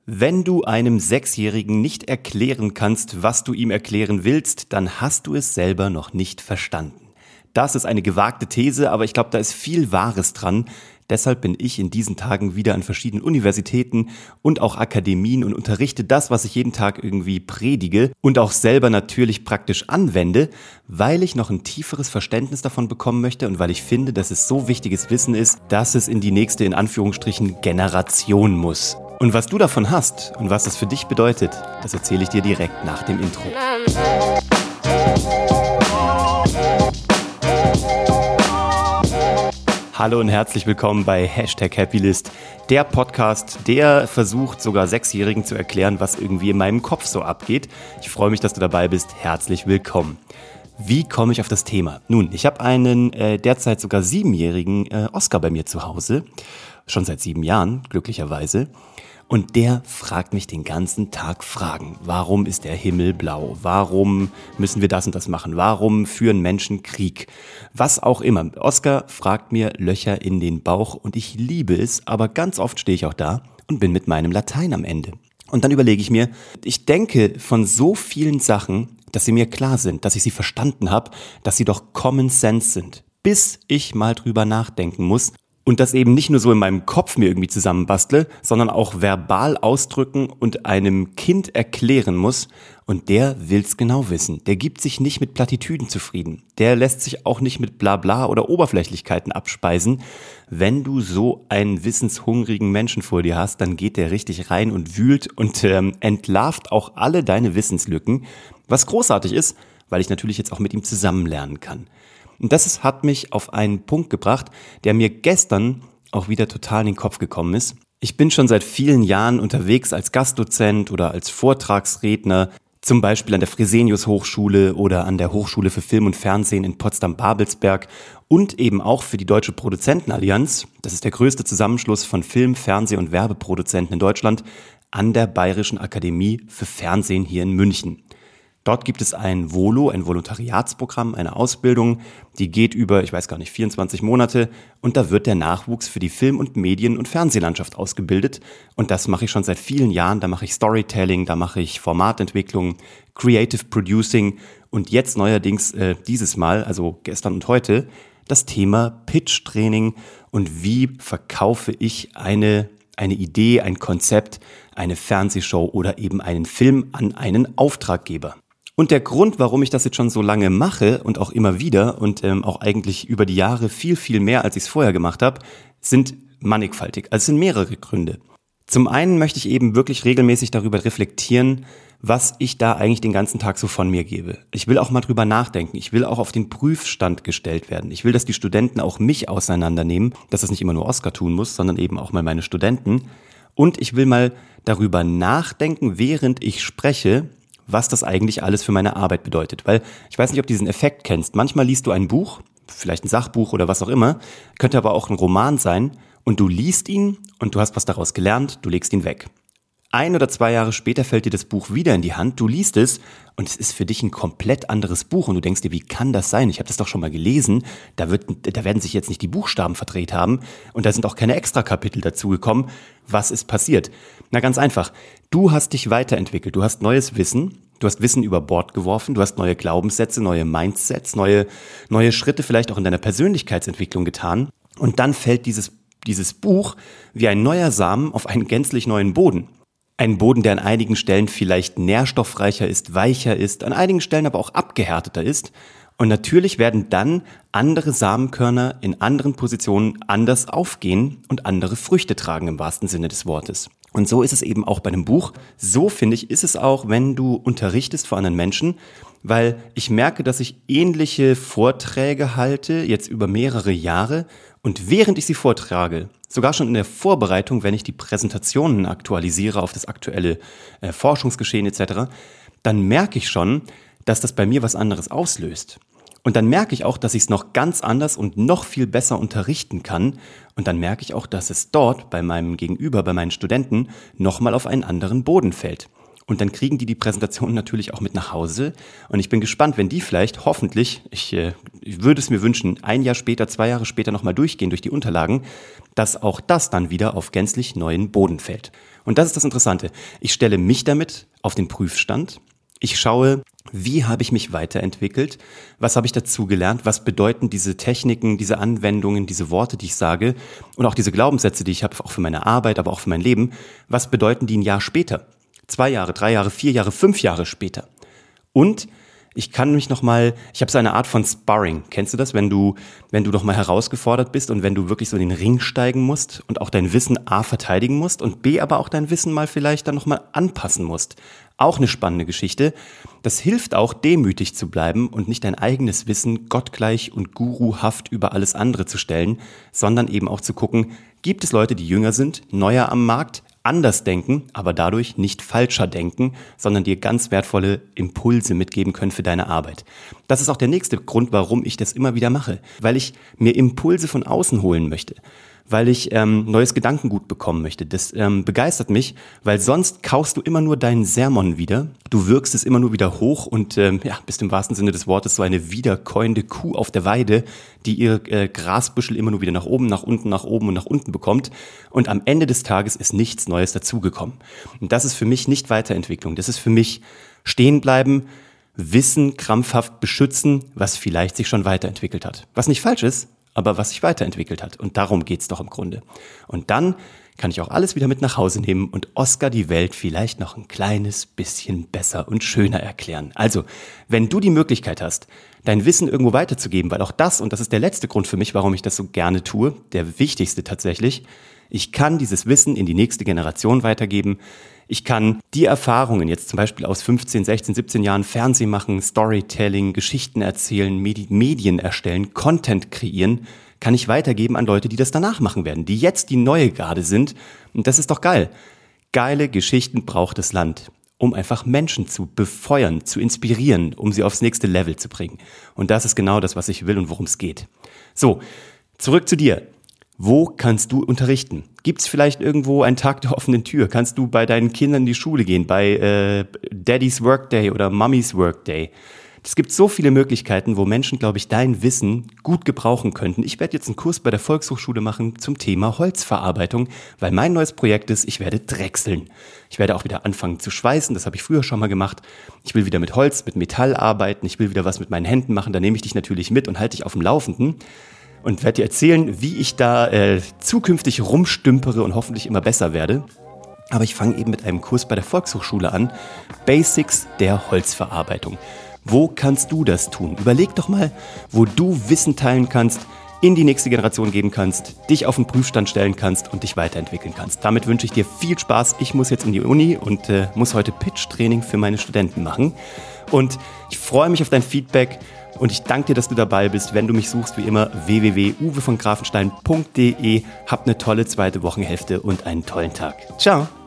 Wenn du einem Sechsjährigen nicht erklären kannst, was du ihm erklären willst, dann hast du es selber noch nicht verstanden. Das ist eine gewagte These, aber ich glaube, da ist viel Wahres dran. Deshalb bin ich in diesen Tagen wieder an verschiedenen Universitäten und auch Akademien und unterrichte das, was ich jeden Tag irgendwie predige und auch selber natürlich praktisch anwende, weil ich noch ein tieferes Verständnis davon bekommen möchte und weil ich finde, dass es so wichtiges Wissen ist, dass es in die nächste, in Anführungsstrichen, Generation muss. Und was du davon hast und was das für dich bedeutet, das erzähle ich dir direkt nach dem Intro. Hallo und herzlich willkommen bei #Happylist, der Podcast, der versucht, sogar Sechsjährigen zu erklären, was irgendwie in meinem Kopf so abgeht. Ich freue mich, dass du dabei bist. Herzlich willkommen. Wie komme ich auf das Thema? Nun, ich habe einen derzeit sogar 7-jährigen Oscar bei mir zu Hause, schon seit 7 Jahren, glücklicherweise. Und der fragt mich den ganzen Tag Fragen. Warum ist der Himmel blau? Warum müssen wir das und das machen? Warum führen Menschen Krieg? Was auch immer. Oscar fragt mir Löcher in den Bauch und ich liebe es, aber ganz oft stehe ich auch da und bin mit meinem Latein am Ende. Und dann überlege ich mir, ich denke von so vielen Sachen, dass sie mir klar sind, dass ich sie verstanden habe, dass sie doch Common Sense sind, bis ich mal drüber nachdenken muss. Und das eben nicht nur so in meinem Kopf mir irgendwie zusammenbastle, sondern auch verbal ausdrücken und einem Kind erklären muss. Und der will's genau wissen. Der gibt sich nicht mit Plattitüden zufrieden. Der lässt sich auch nicht mit Blabla oder Oberflächlichkeiten abspeisen. Wenn du so einen wissenshungrigen Menschen vor dir hast, dann geht der richtig rein und wühlt und entlarvt auch alle deine Wissenslücken. Was großartig ist, weil ich natürlich jetzt auch mit ihm zusammen lernen kann. Und das hat mich auf einen Punkt gebracht, der mir gestern auch wieder total in den Kopf gekommen ist. Ich bin schon seit vielen Jahren unterwegs als Gastdozent oder als Vortragsredner, zum Beispiel an der Fresenius Hochschule oder an der Hochschule für Film und Fernsehen in Potsdam-Babelsberg und eben auch für die Deutsche Produzentenallianz, das ist der größte Zusammenschluss von Film-, Fernseh- und Werbeproduzenten in Deutschland, an der Bayerischen Akademie für Fernsehen hier in München. Dort gibt es ein VOLO, ein Volontariatsprogramm, eine Ausbildung, die geht über, 24 Monate und da wird der Nachwuchs für die Film- und Medien- und Fernsehlandschaft ausgebildet und das mache ich schon seit vielen Jahren, da mache ich Storytelling, da mache ich Formatentwicklung, Creative Producing und jetzt neuerdings dieses Mal, also gestern und heute, das Thema Pitch-Training und wie verkaufe ich eine Idee, ein Konzept, eine Fernsehshow oder eben einen Film an einen Auftraggeber. Und der Grund, warum ich das jetzt schon so lange mache und auch immer wieder und auch eigentlich über die Jahre viel, viel mehr, als ich es vorher gemacht habe, sind mannigfaltig. Also es sind mehrere Gründe. Zum einen möchte ich eben wirklich regelmäßig darüber reflektieren, was ich da eigentlich den ganzen Tag so von mir gebe. Ich will auch mal drüber nachdenken. Ich will auch auf den Prüfstand gestellt werden. Ich will, dass die Studenten auch mich auseinandernehmen, dass das nicht immer nur Oscar tun muss, sondern eben auch mal meine Studenten. Und ich will mal darüber nachdenken, während ich spreche, was das eigentlich alles für meine Arbeit bedeutet. Weil ich weiß nicht, ob du diesen Effekt kennst. Manchmal liest du ein Buch, vielleicht ein Sachbuch oder was auch immer, könnte aber auch ein Roman sein und du liest ihn und du hast was daraus gelernt, du legst ihn weg. 1 oder 2 Jahre später fällt dir das Buch wieder in die Hand, du liest es und es ist für dich ein komplett anderes Buch und du denkst dir, wie kann das sein? Ich habe das doch schon mal gelesen, da werden sich jetzt nicht die Buchstaben verdreht haben und da sind auch keine Extrakapitel dazugekommen. Was ist passiert? Na ganz einfach, du hast dich weiterentwickelt, du hast neues Wissen, du hast Wissen über Bord geworfen, du hast neue Glaubenssätze, neue Mindsets, neue Schritte vielleicht auch in deiner Persönlichkeitsentwicklung getan und dann fällt dieses Buch wie ein neuer Samen auf einen gänzlich neuen Boden. Ein Boden, der an einigen Stellen vielleicht nährstoffreicher ist, weicher ist, an einigen Stellen aber auch abgehärteter ist. Und natürlich werden dann andere Samenkörner in anderen Positionen anders aufgehen und andere Früchte tragen im wahrsten Sinne des Wortes. Und so ist es eben auch bei einem Buch. So, finde ich, ist es auch, wenn du unterrichtest vor anderen Menschen, weil ich merke, dass ich ähnliche Vorträge halte, jetzt über mehrere Jahre. Und während ich sie vortrage, sogar schon in der Vorbereitung, wenn ich die Präsentationen aktualisiere auf das aktuelle Forschungsgeschehen etc., dann merke ich schon, dass das bei mir was anderes auslöst. Und dann merke ich auch, dass ich es noch ganz anders und noch viel besser unterrichten kann. Und dann merke ich auch, dass es dort bei meinem Gegenüber, bei meinen Studenten, nochmal auf einen anderen Boden fällt. Und dann kriegen die Präsentation natürlich auch mit nach Hause. Und ich bin gespannt, wenn die vielleicht, hoffentlich, ich würde es mir wünschen, 1 Jahr später, 2 Jahre später nochmal durchgehen durch die Unterlagen, dass auch das dann wieder auf gänzlich neuen Boden fällt. Und das ist das Interessante. Ich stelle mich damit auf den Prüfstand. Ich schaue, wie habe ich mich weiterentwickelt? Was habe ich dazugelernt? Was bedeuten diese Techniken, diese Anwendungen, diese Worte, die ich sage und auch diese Glaubenssätze, die ich habe, auch für meine Arbeit, aber auch für mein Leben? Was bedeuten die ein Jahr später? 2 Jahre, 3 Jahre, 4 Jahre, 5 Jahre später? Und ich kann mich ich habe so eine Art von Sparring. Kennst du das, wenn du noch mal herausgefordert bist und wenn du wirklich so in den Ring steigen musst und auch dein Wissen A verteidigen musst und B aber auch dein Wissen mal vielleicht dann noch mal anpassen musst? Auch eine spannende Geschichte. Das hilft auch, demütig zu bleiben und nicht dein eigenes Wissen gottgleich und guruhaft über alles andere zu stellen, sondern eben auch zu gucken, gibt es Leute, die jünger sind, neuer am Markt, anders denken, aber dadurch nicht falscher denken, sondern dir ganz wertvolle Impulse mitgeben können für deine Arbeit. Das ist auch der nächste Grund, warum ich das immer wieder mache, weil ich mir Impulse von außen holen möchte, weil ich neues Gedankengut bekommen möchte. Das begeistert mich, weil sonst kaust du immer nur deinen Sermon wieder. Du wirkst es immer nur wieder hoch und bist im wahrsten Sinne des Wortes so eine wiederkäuende Kuh auf der Weide, die ihre Grasbüschel immer nur wieder nach oben, nach unten, nach oben und nach unten bekommt. Und am Ende des Tages ist nichts Neues dazugekommen. Und das ist für mich nicht Weiterentwicklung. Das ist für mich stehen bleiben, Wissen krampfhaft beschützen, was vielleicht sich schon weiterentwickelt hat. Was nicht falsch ist, aber was sich weiterentwickelt hat. Und darum geht's doch im Grunde. Und dann kann ich auch alles wieder mit nach Hause nehmen und Oskar die Welt vielleicht noch ein kleines bisschen besser und schöner erklären. Also, wenn du die Möglichkeit hast, dein Wissen irgendwo weiterzugeben, weil auch das, und das ist der letzte Grund für mich, warum ich das so gerne tue, der wichtigste tatsächlich, ich kann dieses Wissen in die nächste Generation weitergeben. Ich kann die Erfahrungen jetzt zum Beispiel aus 15, 16, 17 Jahren Fernsehen machen, Storytelling, Geschichten erzählen, Medien erstellen, Content kreieren, kann ich weitergeben an Leute, die das danach machen werden, die jetzt die neue Garde sind. Und das ist doch geil. Geile Geschichten braucht das Land, um einfach Menschen zu befeuern, zu inspirieren, um sie aufs nächste Level zu bringen. Und das ist genau das, was ich will und worum es geht. So, zurück zu dir. Wo kannst du unterrichten? Gibt es vielleicht irgendwo einen Tag der offenen Tür? Kannst du bei deinen Kindern in die Schule gehen, bei Daddy's Workday oder Mummy's Workday? Es gibt so viele Möglichkeiten, wo Menschen, glaube ich, dein Wissen gut gebrauchen könnten. Ich werde jetzt einen Kurs bei der Volkshochschule machen zum Thema Holzverarbeitung, weil mein neues Projekt ist, ich werde drechseln. Ich werde auch wieder anfangen zu schweißen, das habe ich früher schon mal gemacht. Ich will wieder mit Holz, mit Metall arbeiten, ich will wieder was mit meinen Händen machen, da nehme ich dich natürlich mit und halte dich auf dem Laufenden. Und werde dir erzählen, wie ich da zukünftig rumstümpere und hoffentlich immer besser werde. Aber ich fange eben mit einem Kurs bei der Volkshochschule an. Basics der Holzverarbeitung. Wo kannst du das tun? Überleg doch mal, wo du Wissen teilen kannst, in die nächste Generation geben kannst, dich auf den Prüfstand stellen kannst und dich weiterentwickeln kannst. Damit wünsche ich dir viel Spaß. Ich muss jetzt in die Uni und muss heute Pitch-Training für meine Studenten machen. Und ich freue mich auf dein Feedback. Und ich danke dir, dass du dabei bist. Wenn du mich suchst, wie immer, www.uwevongrafenstein.de. Hab eine tolle zweite Wochenhälfte und einen tollen Tag. Ciao!